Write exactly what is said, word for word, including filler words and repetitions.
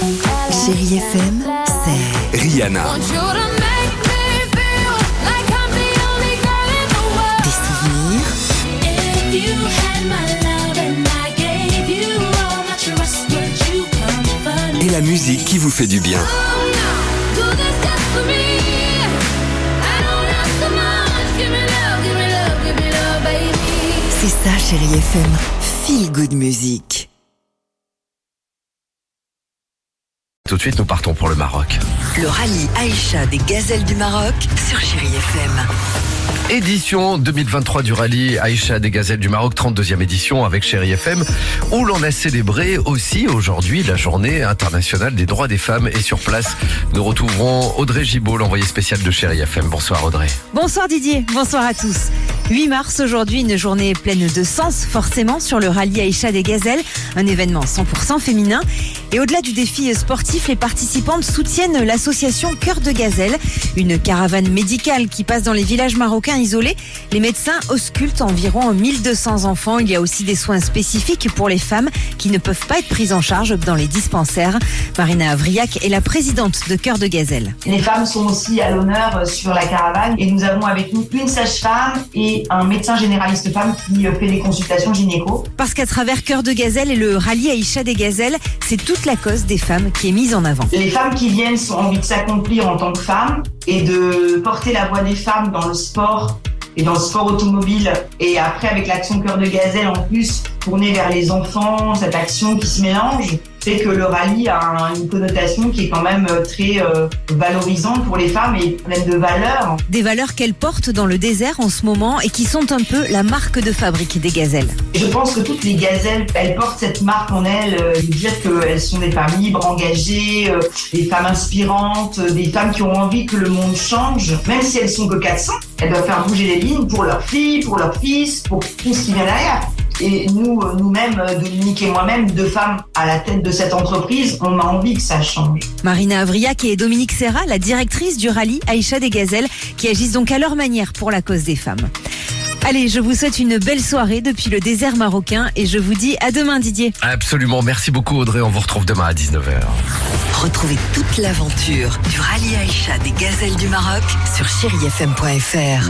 Chérie F M, c'est Rihanna. des souvenirs, Et la musique qui vous fait du bien. c'est ça Chérie F M, Feel Good Music. Tout de suite, nous partons pour le Maroc. Le rallye Aïcha des gazelles du Maroc sur Chérie F M. Édition deux mille vingt-trois du rallye Aïcha des gazelles du Maroc, trente-deuxième édition avec Chérie F M, où l'on a célébré aussi aujourd'hui la journée internationale des droits des femmes. Et sur place, nous retrouverons Audrey Gibaud, l'envoyée spéciale de Chérie F M. Bonsoir Audrey. Bonsoir Didier, bonsoir à tous. huit mars aujourd'hui, une journée pleine de sens forcément sur le rallye Aïcha des gazelles, un événement cent pour cent féminin. Et au-delà du défi sportif, les participantes soutiennent l'association Cœur de Gazelle, une caravane médicale qui passe dans les villages marocains isolés. Les médecins auscultent environ mille deux cents enfants. Il y a aussi des soins spécifiques pour les femmes qui ne peuvent pas être prises en charge dans les dispensaires. Marina Avriac est la présidente de Cœur de Gazelle. Les femmes sont aussi à l'honneur sur la caravane et nous avons avec nous une sage-femme et un médecin généraliste femme qui fait des consultations gynéco. Parce qu'à travers Cœur de Gazelle et le rallye Aïcha des gazelles, c'est toute la cause des femmes qui est mise en avant. Les femmes qui viennent ont envie de s'accomplir en tant que femmes et de porter la voix des femmes dans le sport et dans le sport automobile. Et après, avec l'action Cœur de Gazelle, en plus, tournée vers les enfants, cette action qui se mélange, fait que le rallye a une connotation qui est quand même très euh, valorisante pour les femmes et pleine de valeurs. Des valeurs qu'elles portent dans le désert en ce moment et qui sont un peu la marque de fabrique des gazelles. Je pense que toutes les gazelles, elles portent cette marque en elles, euh, de dire qu'elles sont des femmes libres, engagées, euh, des femmes inspirantes, euh, des femmes qui ont envie que le monde change, même si elles sont que quatre cents. Elles doivent faire bouger les lignes pour leurs filles, pour leurs fils, pour tout ce qui vient derrière. Et nous, nous-mêmes, Dominique et moi-même, deux femmes à la tête de cette entreprise, on a envie que ça change. Marina Avriac et Dominique Serra, la directrice du rallye Aïcha des gazelles, qui agissent donc à leur manière pour la cause des femmes. Allez, je vous souhaite une belle soirée depuis le désert marocain et je vous dis à demain Didier. Absolument, merci beaucoup Audrey, on vous retrouve demain à dix-neuf heures. Retrouvez toute l'aventure du rallye Aïcha des gazelles du Maroc sur chérie f m point f r.